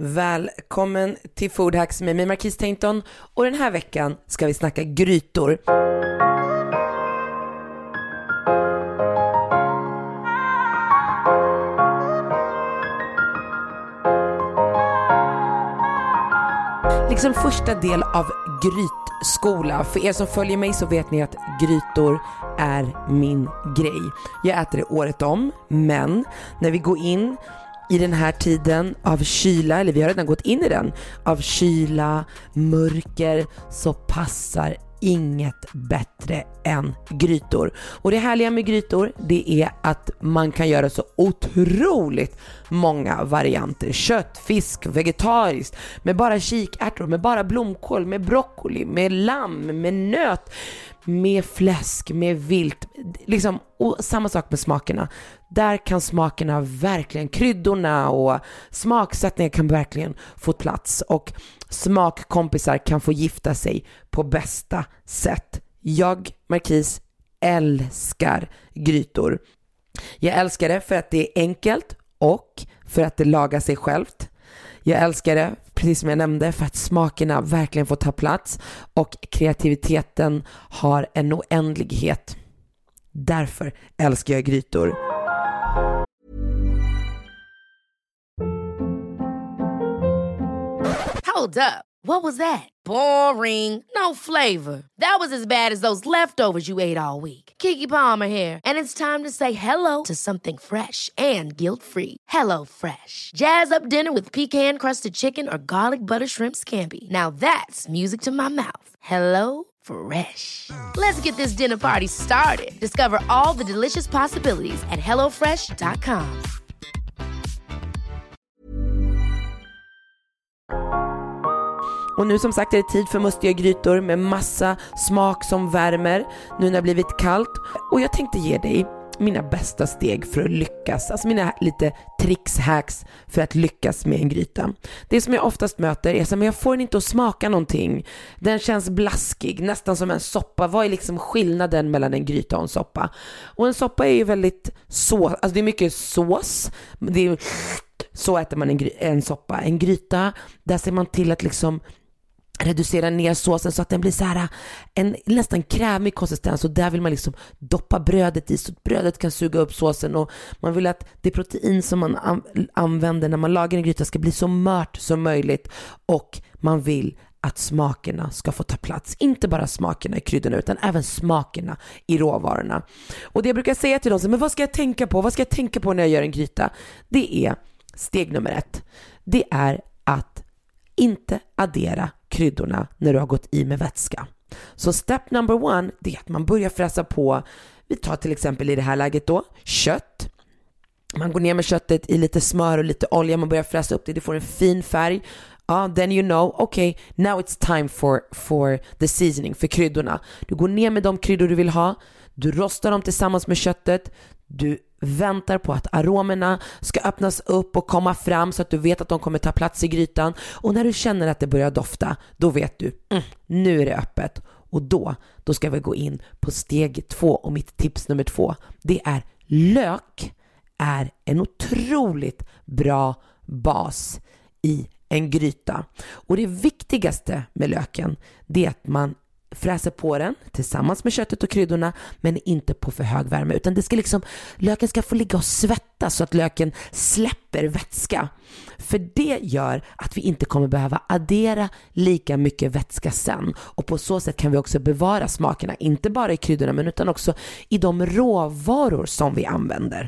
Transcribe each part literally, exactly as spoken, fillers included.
Välkommen till Food Hacks med mig Marquis Tainton, och den här veckan ska vi snacka grytor. Liksom första del av grytskola. För er som följer mig så vet ni att grytor är min grej. Jag äter det året om, men när vi går in i den här tiden av kyla, eller vi har redan gått in i den, av kyla, mörker, så passar inget bättre än grytor. Och det härliga med grytor, det är att man kan göra så otroligt många varianter. Kött, fisk, vegetariskt, med bara kikärtor, med bara blomkål, med broccoli, med lamm, med nöt, med fläsk, med vilt. Liksom, och samma sak med smakerna. Där kan smakerna verkligen, kryddorna och smaksättningar kan verkligen få plats. Och smakkompisar kan få gifta sig på bästa sätt. Jag, Marquis, älskar grytor. Jag älskar det för att det är enkelt och för att det lagar sig självt. Jag älskar det, precis som jag nämnde, för att smakerna verkligen får ta plats och kreativiteten har en oändlighet. Därför älskar jag grytor. Hold up. What was that? Boring. No flavor. That was as bad as those leftovers you ate all week. Keke Palmer here, and it's time to say hello to something fresh and guilt-free. Hello Fresh. Jazz up dinner with pecan-crusted chicken or garlic butter shrimp scampi. Now that's music to my mouth. Hello Fresh. Let's get this dinner party started. Discover all the delicious possibilities at hello fresh dot com. Och nu som sagt är det tid för mustiga grytor med massa smak som värmer nu när det har blivit kallt. Och jag tänkte ge dig mina bästa steg för att lyckas. Alltså mina lite tricks, hacks för att lyckas med en gryta. Det som jag oftast möter är så men jag får den inte att smaka någonting. Den känns blaskig, nästan som en soppa. Vad är liksom skillnaden mellan en gryta och en soppa? Och en soppa är ju väldigt sås, alltså det är mycket sås. Det är, så äter man en, gry- en soppa. En gryta, där ser man till att liksom reducera ner såsen så att den blir så här en nästan krämig konsistens, och där vill man liksom doppa brödet i så att brödet kan suga upp såsen, och man vill att det protein som man an- använder när man lagar en gryta ska bli så mört som möjligt, och man vill att smakerna ska få ta plats. Inte bara smakerna i kryddorna utan även smakerna i råvarorna. Och det jag brukar säga till dem, så, men vad ska jag tänka på? Vad ska jag tänka på när jag gör en gryta? Det är steg nummer ett. Det är att inte addera kryddorna när du har gått i med vätska. Så step number one, det är att man börjar fräsa på, vi tar till exempel i det här läget då, kött. Man går ner med köttet i lite smör och lite olja, man börjar fräsa upp det, det får en fin färg. Ja, then you know, okay, now it's time for, for the seasoning, för kryddorna. Du går ner med de kryddor du vill ha, du rostar dem tillsammans med köttet, du väntar på att aromerna ska öppnas upp och komma fram så att du vet att de kommer ta plats i grytan. Och när du känner att det börjar dofta, då vet du, mm, nu är det öppet. Och då, då ska vi gå in på steg två, och mitt tips nummer två, det är lök är en otroligt bra bas i en gryta. Och det viktigaste med löken, det är att man fräser på den tillsammans med köttet och kryddorna, men inte på för hög värme, utan det ska liksom, löken ska få ligga och svettas så att löken släpper vätska. För det gör att vi inte kommer behöva addera lika mycket vätska sen, och på så sätt kan vi också bevara smakerna, inte bara i kryddorna men utan också i de råvaror som vi använder.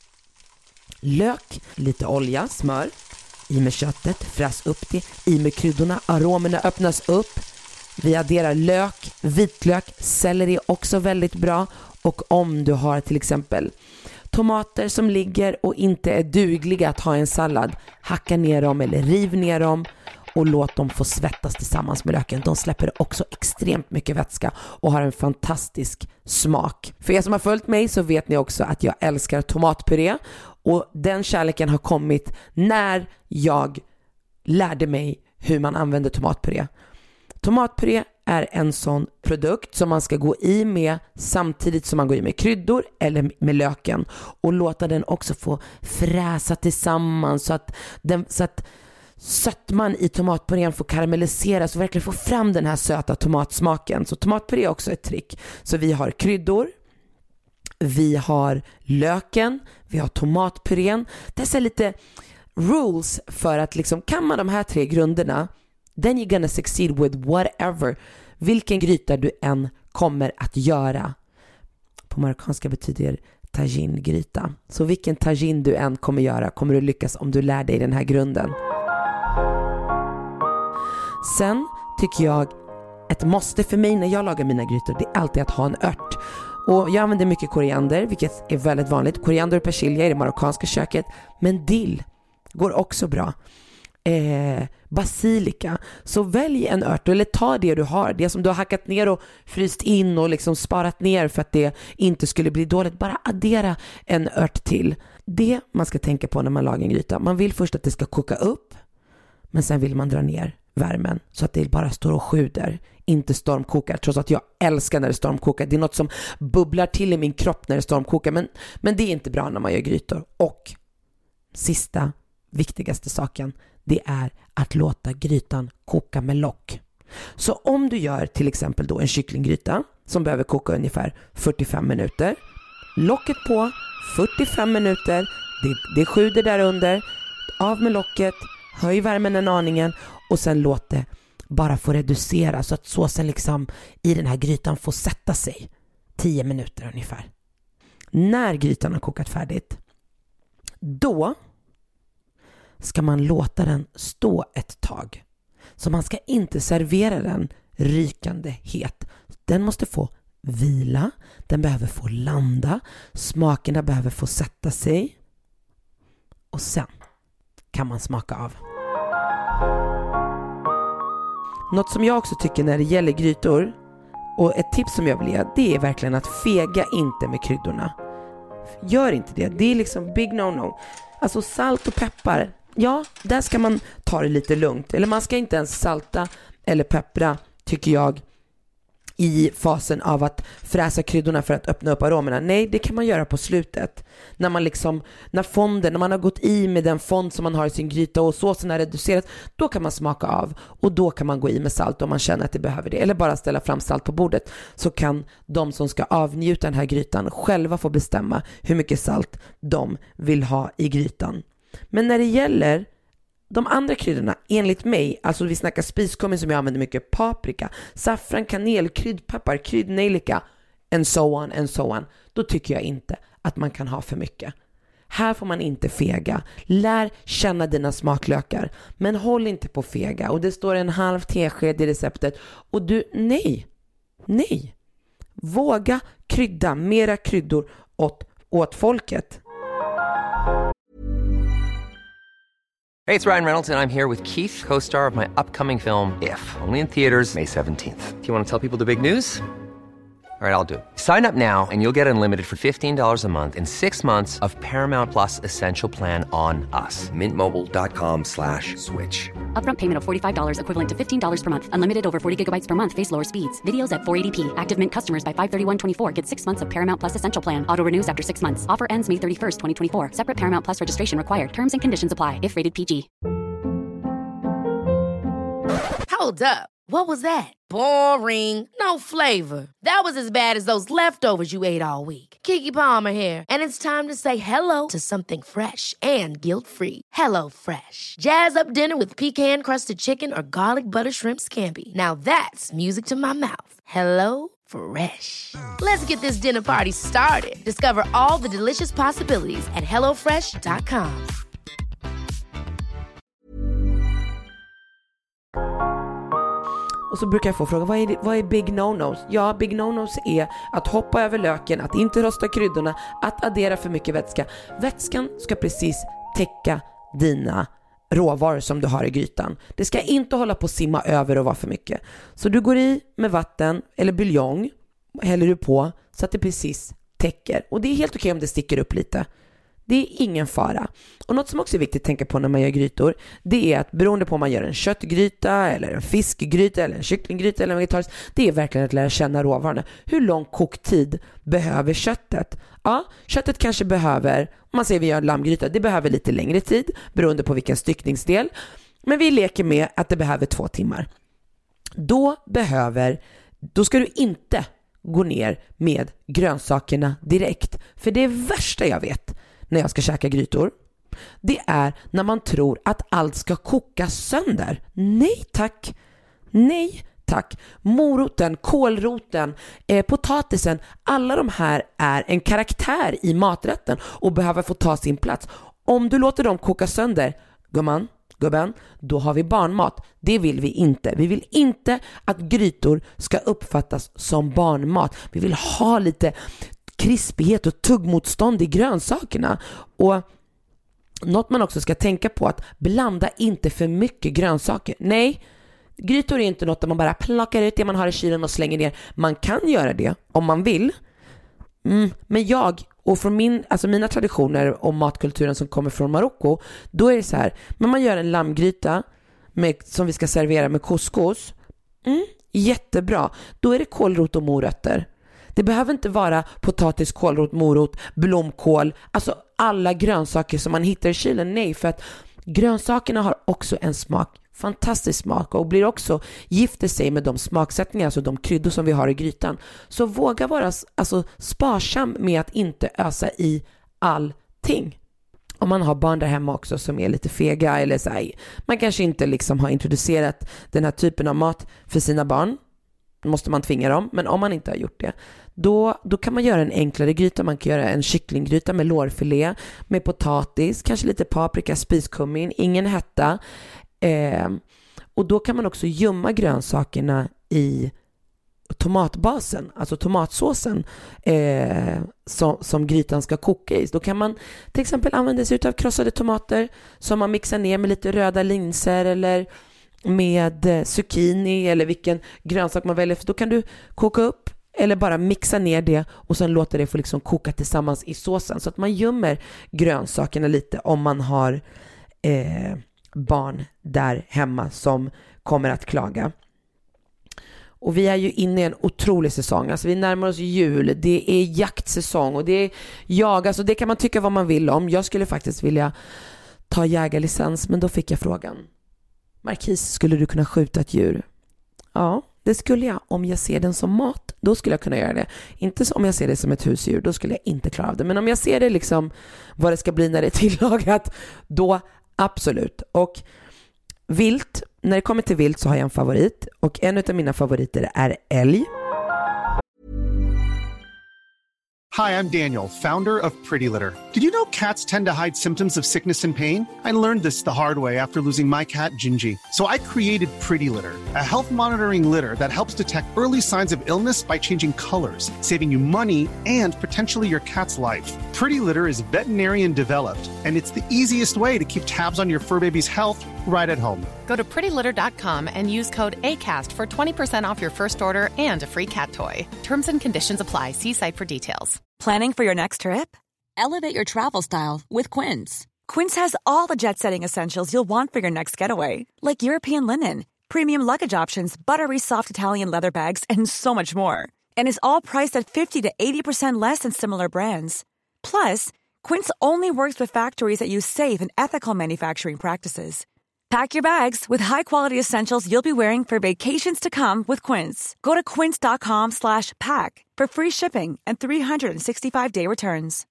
Lök, lite olja, smör, i med köttet, fräs upp det, i med kryddorna, aromerna öppnas upp. Vi adderar lök, vitlök, selleri är också väldigt bra. Och om du har till exempel tomater som ligger och inte är dugliga att ha i en sallad, hacka ner dem eller riv ner dem och låt dem få svettas tillsammans med löken. De släpper också extremt mycket vätska och har en fantastisk smak. För er som har följt mig så vet ni också att jag älskar tomatpuré, och den kärleken har kommit när jag lärde mig hur man använder tomatpuré. Tomatpuré är en sån produkt som man ska gå i med samtidigt som man går i med kryddor eller med löken, och låta den också få fräsa tillsammans så att, den, så att sötman i tomatpurén får karamelliseras och verkligen få fram den här söta tomatsmaken. Så tomatpuré är också ett trick. Så vi har kryddor, vi har löken, vi har tomatpurén. Det är lite rules för att liksom, kan man de här tre grunderna, then you're gonna succeed with whatever, vilken gryta du än kommer att göra. På marockanska betyder tagine-gryta. Så vilken tagine du än kommer göra kommer du lyckas om du lär dig den här grunden. Sen tycker jag ett måste för mig när jag lagar mina grytor, det är alltid att ha en ört. Och jag använder mycket koriander, vilket är väldigt vanligt. Koriander och persilja i det marockanska köket. Men dill går också bra. Eh, basilika. Så välj en ört, eller ta det du har. Det som du har hackat ner och fryst in och liksom sparat ner för att det inte skulle bli dåligt. Bara addera en ört till. Det man ska tänka på när man lagar en gryta. Man vill först att det ska koka upp. Men sen vill man dra ner värmen så att det bara står och sjuder, inte stormkokar, trots att jag älskar när det stormkokar. Det är något som bubblar till i min kropp när det stormkokar, men, men det är inte bra när man gör grytor. Och sista, viktigaste saken, det är att låta grytan koka med lock. Så om du gör till exempel då en kycklinggryta som behöver koka ungefär fyrtiofem minuter, locket på fyrtiofem minuter, det, det sjuder där under, av med locket, höj värmen en aningen och sen låt det bara få reducera så att såsen liksom i den här grytan får sätta sig tio minuter ungefär. När grytan har kokat färdigt, då ska man låta den stå ett tag. Så man ska inte servera den rykande het. Den måste få vila, den behöver få landa, smakerna behöver få sätta sig och sen kan man smaka av. Något som jag också tycker när det gäller grytor, och ett tips som jag vill ge, det är verkligen att fega inte med kryddorna. Gör inte det. Det är liksom big no-no. Alltså salt och peppar, ja, där ska man ta det lite lugnt. Eller man ska inte ens salta eller peppra, tycker jag, i fasen av att fräsa kryddorna för att öppna upp aromerna. Nej, det kan man göra på slutet. När man liksom, när fonden, när man har gått i med den fond som man har i sin gryta och såsen är reducerat, då kan man smaka av och då kan man gå i med salt om man känner att det behöver det. Eller bara ställa fram salt på bordet, så kan de som ska avnjuta den här grytan själva få bestämma hur mycket salt de vill ha i grytan. Men när det gäller de andra kryddorna, enligt mig, alltså vi snackar spiskummin som jag använder mycket, paprika, saffran, kanel, kryddpeppar, kryddnejlika, and so on, and so on. Då tycker jag inte att man kan ha för mycket. Här får man inte fega. Lär känna dina smaklökar, men håll inte på fega. Och det står en halv tesked i receptet. Och du, nej, nej. Våga krydda mera kryddor åt, åt folket. Hey, it's Ryan Reynolds, and I'm here with Keith, co-star of my upcoming film, If, only in theaters May seventeenth. Do you want to tell people the big news? All right, I'll do it. Sign up now and you'll get unlimited for fifteen dollars a month and six months of Paramount Plus Essential Plan on us. Mint Mobile dot com slash switch. Upfront payment of forty-five dollars equivalent to fifteen dollars per month. Unlimited over forty gigabytes per month. Face lower speeds. Videos at four eighty p. Active Mint customers by five thirty-one twenty-four get six months of Paramount Plus Essential Plan. Auto renews after six months. Offer ends May thirty-first, twenty twenty-four. Separate Paramount Plus registration required. Terms and conditions apply if rated P G. Hold up. What was that? Boring. No flavor. That was as bad as those leftovers you ate all week. Keke Palmer here, and it's time to say hello to something fresh and guilt-free. Hello Fresh. Jazz up dinner with pecan-crusted chicken or garlic butter shrimp scampi. Now that's music to my mouth. Hello Fresh. Let's get this dinner party started. Discover all the delicious possibilities at hello fresh dot com. Och så brukar jag få fråga, vad är, det, vad är big no-nos? Ja, big no-nos är att hoppa över löken, att inte rosta kryddorna, att addera för mycket vätska. Vätskan ska precis täcka dina råvaror som du har i grytan. Det ska inte hålla på att simma över och vara för mycket. Så du går i med vatten eller buljong, häller du på så att det precis täcker. Och det är helt okej om det sticker upp lite. Det är ingen fara. Och något som också är viktigt att tänka på när man gör grytor, det är att beroende på om man gör en köttgryta eller en fiskgryta eller en kycklinggryta eller en vegetarisk, det är verkligen att lära känna råvarorna. Hur lång koktid behöver köttet? Ja, köttet kanske behöver, om man säger vi gör en lammgryta, det behöver lite längre tid beroende på vilken styckningsdel. Men vi leker med att det behöver två timmar. Då behöver, då ska du inte gå ner med grönsakerna direkt. För det värsta jag vet när jag ska käka grytor, det är när man tror att allt ska koka sönder. Nej tack. Nej tack. Moroten, kålroten, eh, potatisen, alla de här är en karaktär i maträtten och behöver få ta sin plats. Om du låter dem koka sönder, gumman, gubben, då har vi barnmat. Det vill vi inte. Vi vill inte att grytor ska uppfattas som barnmat. Vi vill ha lite krispighet och tuggmotstånd i grönsakerna. Och något man också ska tänka på, att blanda inte för mycket grönsaker. Nej, grytor är inte något där man bara plockar ut det man har i kylen och slänger ner. Man kan göra det om man vill. Mm, men jag, och från min, alltså mina traditioner och matkulturen som kommer från Marocko, då är det så här, men man gör en lammgryta med, som vi ska servera med couscous. Mm, jättebra. Då är det kålrot och morötter. Det behöver inte vara potatis, kålrot, morot, blomkål, alltså alla grönsaker som man hittar i kylen. Nej, för att grönsakerna har också en smak, fantastisk smak, och blir också, gifter sig med de smaksättningar, alltså de kryddor som vi har i grytan. Så våga vara alltså sparsam med att inte ösa i allting. Om man har barn där hemma också som är lite fega, eller så här, man kanske inte liksom har introducerat den här typen av mat för sina barn, måste man tvinga dem. Men om man inte har gjort det, då, då kan man göra en enklare gryta. Man kan göra en kycklinggryta med lårfilé, med potatis, kanske lite paprika, spiskummin, ingen hetta. Eh, och då kan man också gömma grönsakerna i tomatbasen, alltså tomatsåsen eh, som, som grytan ska koka i. Då kan man till exempel använda sig av krossade tomater som man mixar ner med lite röda linser eller med zucchini eller vilken grönsak man väljer. För då kan du koka upp eller bara mixa ner det och sen låta det få liksom koka tillsammans i såsen. Så att man gömmer grönsakerna lite om man har eh, barn där hemma som kommer att klaga. Och vi är ju inne i en otrolig säsong. Alltså vi närmar oss jul. Det är jaktsäsong och det är jag. Alltså det kan man tycka vad man vill om. Jag skulle faktiskt vilja ta jägarlicens, men då fick jag frågan: Marquis, skulle du kunna skjuta ett djur? Ja, det skulle jag om jag ser den som mat. Då skulle jag kunna göra det. Inte om jag ser det som ett husdjur. Då skulle jag inte klara av det. Men om jag ser det liksom vad det ska bli när det är tillagat, då absolut. Och vilt, när det kommer till vilt så har jag en favorit. Och en av mina favoriter är älg. Hi, I'm Daniel, founder of Pretty Litter. Did you know cats tend to hide symptoms of sickness and pain? I learned this the hard way after losing my cat, Gingy. So I created Pretty Litter, a health monitoring litter that helps detect early signs of illness by changing colors, saving you money and potentially your cat's life. Pretty Litter is veterinarian developed, and it's the easiest way to keep tabs on your fur baby's health right at home. Go to pretty litter dot com and use code ACAST for twenty percent off your first order and a free cat toy. Terms and conditions apply. See site for details. Planning for your next trip? Elevate your travel style with Quince. Quince has all the jet-setting essentials you'll want for your next getaway, like European linen, premium luggage options, buttery soft Italian leather bags, and so much more. And is all priced at fifty to eighty percent less than similar brands. Plus, Quince only works with factories that use safe and ethical manufacturing practices. Pack your bags with high-quality essentials you'll be wearing for vacations to come with Quince. Go to quince dot com slash pack for free shipping and three sixty-five day returns.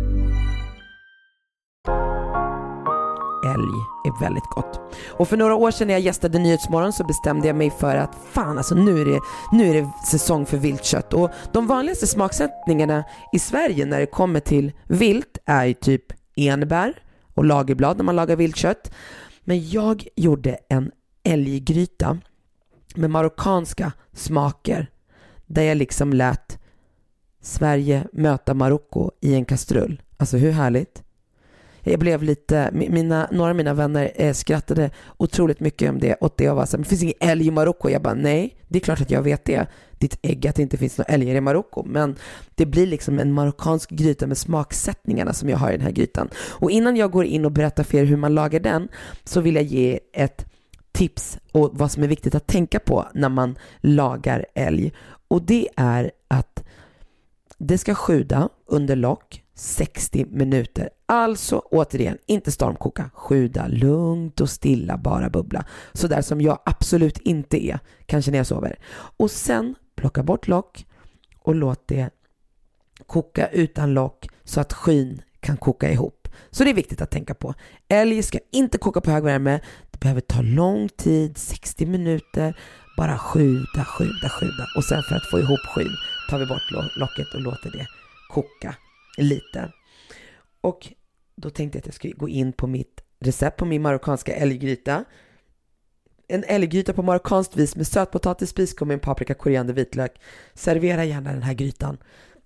Älg är väldigt gott. Och för några år sedan när jag gästade Nyhetsmorgon så bestämde jag mig för att fan, alltså nu är det, nu är det säsong för viltkött. Och de vanligaste smaksättningarna i Sverige när det kommer till vilt är ju typ enbär och lagerblad när man lagar viltkött. Men jag gjorde en älggryta med marockanska smaker där jag liksom lät Sverige möta Marocko i en kastrull. Alltså hur härligt? Jag blev lite, mina, några av mina vänner eh, skrattade otroligt mycket om det, åt det och var så här, det finns ingen älg i Marocko. Jag bara, nej, det är klart att jag vet det. Ditt ägg att det inte finns några älgar i Marocko. Men det blir liksom en marockansk gryta med smaksättningarna som jag har i den här grytan. Och innan jag går in och berättar för er hur man lagar den så vill jag ge ett tips och vad som är viktigt att tänka på när man lagar älg. Och det är att det ska sjuda under lock sextio minuter. Alltså återigen, inte stormkoka, sjuda lugnt och stilla, bara bubbla. Så där som jag absolut inte är, kanske när jag sover. Och sen plocka bort lock och låt det koka utan lock så att skyn kan koka ihop. Så det är viktigt att tänka på. Älg ska inte koka på hög värme. Det behöver ta lång tid, sextio minuter. Bara sjuda, sjuda, sjuda. Och sen för att få ihop skyn tar vi bort locket och låter det koka lite. Och då tänkte jag att jag skulle gå in på mitt recept på min marockanska älggryta. En älggryta på marockanskt vis med sötpotatis, spiskummin, paprika, koriander, vitlök. Servera gärna den här grytan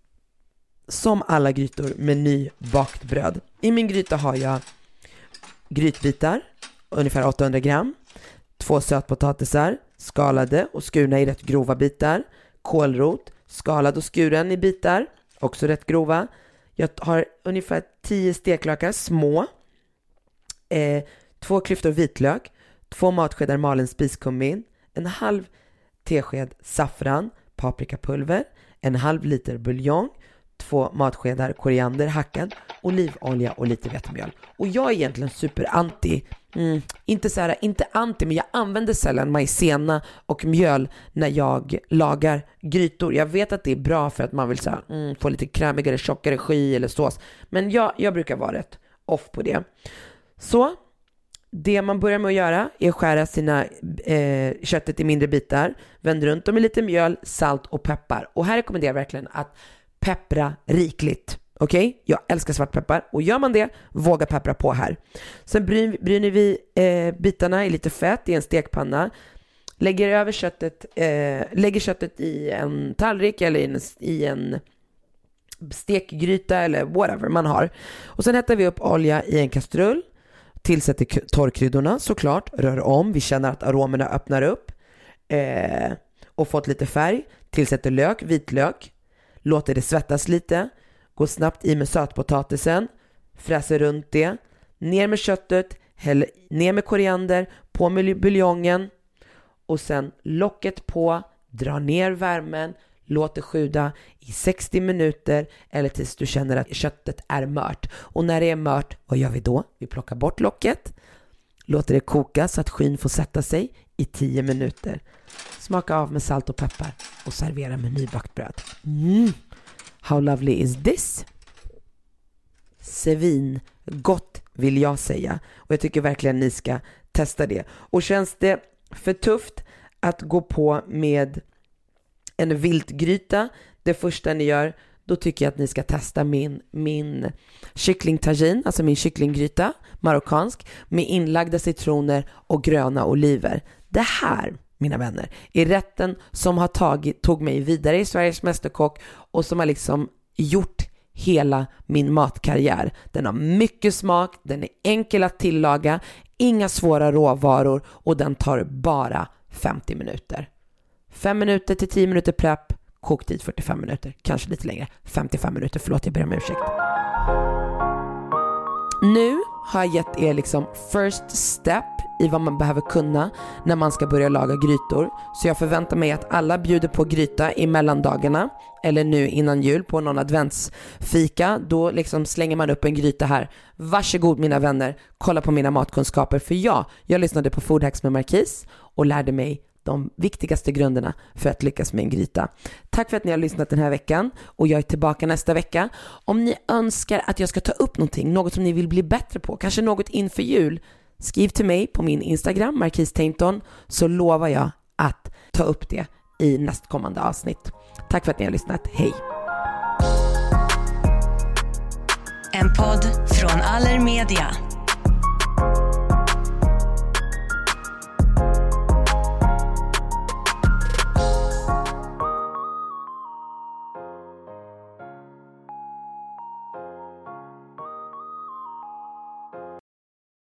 som alla grytor med nybakt bröd. I min gryta har jag grytbitar, ungefär åttahundra gram, två sötpotatisar, skalade och skurna i rätt grova bitar, kålrot, skalad och skuren i bitar, också rätt grova. Jag har ungefär tio steklökar, små, eh, två klyftor vitlök, två matskedar malen spiskummin, en halv tesked saffran, paprikapulver, en halv liter buljong, två matskedar koriander hackad, olivolja och lite vetemjöl. Och jag är egentligen super-anti. Mm, inte så här, inte anti, men jag använder sällan majsena och mjöl när jag lagar grytor. Jag vet att det är bra för att man vill så här, mm, få lite krämigare, tjockare sky eller sås. Men jag, jag brukar vara rätt off på det. Så det man börjar med att göra är att skära sina eh, köttet i mindre bitar. Vänd runt dem med lite mjöl, salt och peppar. Och här rekommenderar jag verkligen att peppra rikligt. Okej? Okay? Jag älskar svartpeppar. Och gör man det, våga peppra på här. Sen bry, bryner vi eh, bitarna i lite fett i en stekpanna. Lägger över köttet, eh, lägger köttet i en tallrik eller i en, i en stekgryta eller whatever man har. Och sen hettar vi upp olja i en kastrull. Tillsätter torrkryddorna såklart. Rör om. Vi känner att aromerna öppnar upp. Eh, och fått lite färg. Tillsätter lök, vitlök. Låter det svettas lite. Går snabbt i med sötpotatisen. Fräser runt det. Ner med köttet. Häll ner med koriander. På med buljongen. Och sen locket på. Dra ner värmen. Låt det sjuda i sextio minuter. Eller tills du känner att köttet är mört. Och när det är mört, vad gör vi då? Vi plockar bort locket. Låter det koka så att skyn får sätta sig i tio minuter. Smaka av med salt och peppar. Och servera med nybakt bröd. Mm. How lovely is this? Svin gott vill jag säga. Och jag tycker verkligen ni ska testa det. Och känns det för tufft att gå på med en viltgryta det första ni gör, då tycker jag att ni ska testa min, min kycklingtagine, alltså min kycklinggryta, marockansk, med inlagda citroner och gröna oliver. Det här, mina vänner, är rätten som har tagit, tog mig vidare i Sveriges mästerkock och som har liksom gjort hela min matkarriär. Den har mycket smak, den är enkel att tillaga, inga svåra råvaror och den tar bara femtio minuter. fem minuter till tio minuter prep, koktid fyrtiofem minuter, kanske lite längre, femtiofem minuter, förlåt jag ber om ursäkt. Nu har jag gett er liksom first step i vad man behöver kunna när man ska börja laga grytor. Så jag förväntar mig att alla bjuder på gryta i mellandagarna eller nu innan jul på någon adventsfika. Då liksom slänger man upp en gryta här. Varsågod mina vänner, kolla på mina matkunskaper. För ja, jag lyssnade på Food Hacks med Marquis och lärde mig de viktigaste grunderna för att lyckas med en gryta. Tack för att ni har lyssnat den här veckan och jag är tillbaka nästa vecka. Om ni önskar att jag ska ta upp någonting, något som ni vill bli bättre på, kanske något inför jul, skriv till mig på min Instagram, Marquis Tainton, så lovar jag att ta upp det i nästkommande avsnitt. Tack för att ni har lyssnat. Hej! En podd från Allermedia.